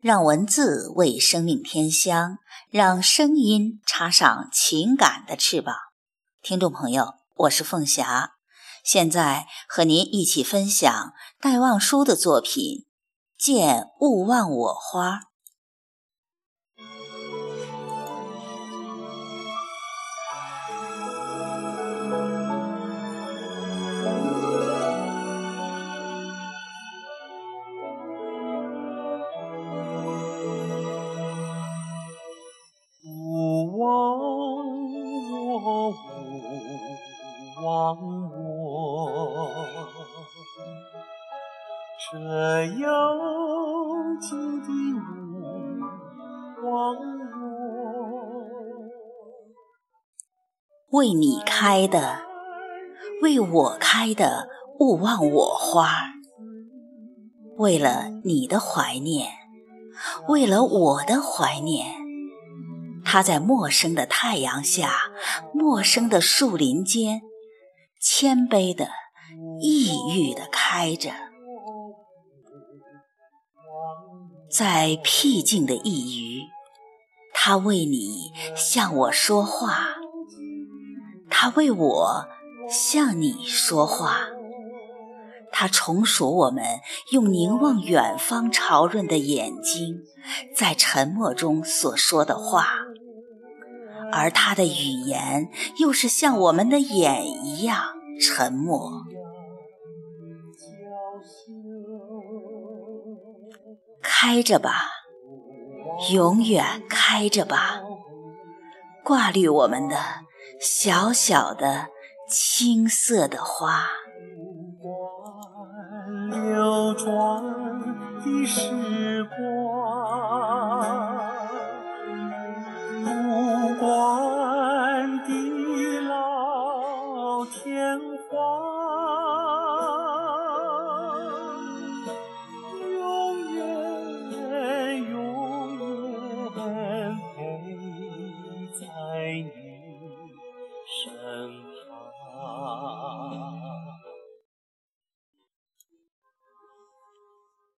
让文字为生命添香，让声音插上情感的翅膀。听众朋友，我是凤霞，现在和您一起分享戴望舒的作品《见勿忘我花》。 勿忘我，勿忘我，这幽静的勿忘我。 为你开的，为我开的勿忘我花，为了你的怀念，为了我的怀念，它在陌生的太阳下，陌生的树林间，谦卑的、抑郁的开着。在僻静的一隅，它为你向我说话，它为我向你说话，它重数我们用凝望远方潮润的眼睛在沉默中所说的话，而它的语言又是像我们的眼一样沉默。开着吧，永远开着吧，挂绿我们的小小的青色的花。 流转的时光，不管地老天荒，永远永远陪在你身旁。